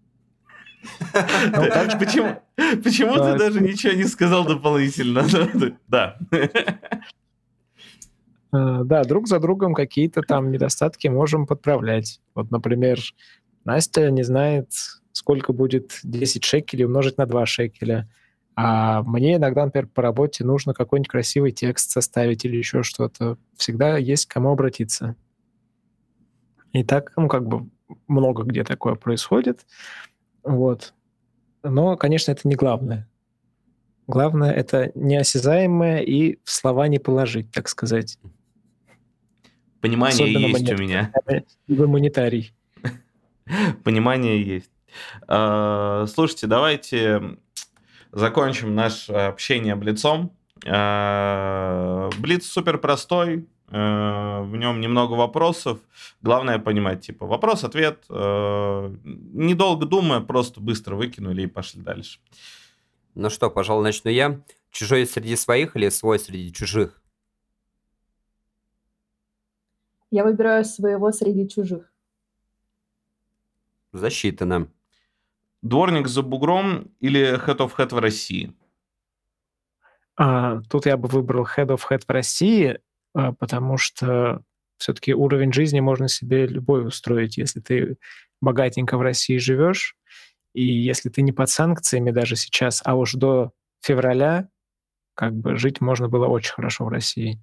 Ну, также Почему ты даже ничего не сказал дополнительно? Да. Да, друг за другом какие-то там недостатки можем подправлять. Вот, например, Настя не знает, сколько будет 10 шекелей умножить на 2 шекеля. А мне иногда, например, по работе нужно какой-нибудь красивый текст составить или еще что-то. Всегда есть к кому обратиться. И так, как бы много где такое происходит. Вот. Но, конечно, это не главное. Главное — это неосязаемое и в слова не положить, так сказать. Понимание Особенно есть мне у меня. гуманитарий. Понимание есть. Слушайте, давайте закончим наше общение блицом. Блиц супер простой, в нем немного вопросов. Главное понимать, типа, вопрос-ответ. Недолго думая, просто быстро выкинули и пошли дальше. Ну что, пожалуй, начну я. Чужой среди своих или свой среди чужих? Я выбираю своего среди чужих. Засчитано. Дворник за бугром или Head of Head в России? Тут я бы выбрал Head of Head в России, потому что все-таки уровень жизни можно себе любой устроить, если ты богатенько в России живешь, и если ты не под санкциями даже сейчас, а уж до февраля, как бы жить можно было очень хорошо в России.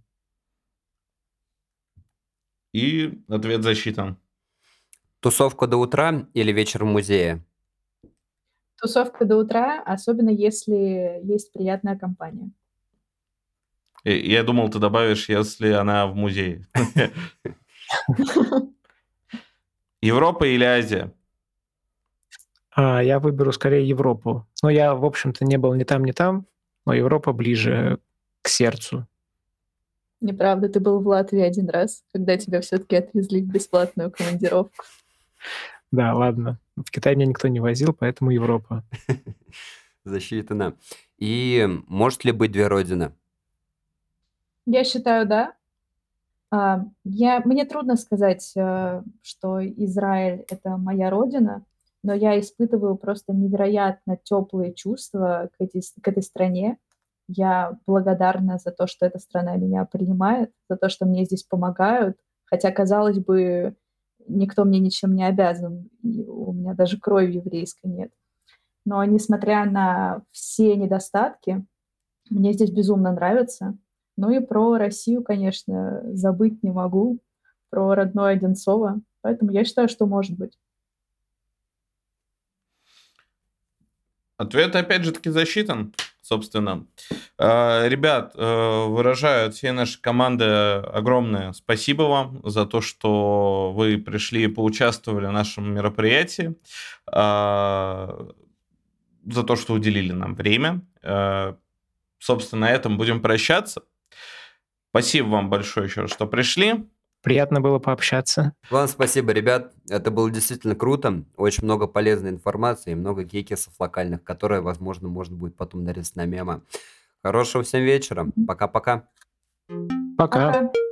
И ответ засчитан. Тусовка до утра или вечер в музее? Тусовка до утра, особенно если есть приятная компания. Я думал, ты добавишь, если она в музее. Европа или Азия? Я выберу скорее Европу. Но я, в общем-то, не был ни там, но Европа ближе к сердцу. Неправда, ты был в Латвии один раз, когда тебя все-таки отвезли в бесплатную командировку. Да, ладно. В Китай меня никто не возил, поэтому Европа. Засчитано. И может ли быть две родины? Я считаю, да. Мне трудно сказать, что Израиль — это моя родина, но я испытываю просто невероятно теплые чувства к этой стране. Я благодарна за то, что эта страна меня принимает, за то, что мне здесь помогают, хотя, казалось бы, никто мне ничем не обязан, и у меня даже крови еврейской нет. Но несмотря на все недостатки, мне здесь безумно нравится. Ну и про Россию, конечно, забыть не могу, про родное Одинцово. Поэтому я считаю, что может быть. Ответ, опять же таки, засчитан, собственно. Ребят, выражаю от всей нашей команды огромное спасибо вам за то, что вы пришли и поучаствовали в нашем мероприятии, за то, что уделили нам время. Собственно, на этом будем прощаться. Спасибо вам большое еще раз, что пришли. Приятно было пообщаться. Вам спасибо, ребят. Это было действительно круто. Очень много полезной информации и много кейкисов локальных, которые, возможно, можно будет потом нарезать на мемы. Хорошего всем вечера. Пока-пока. Пока. Пока.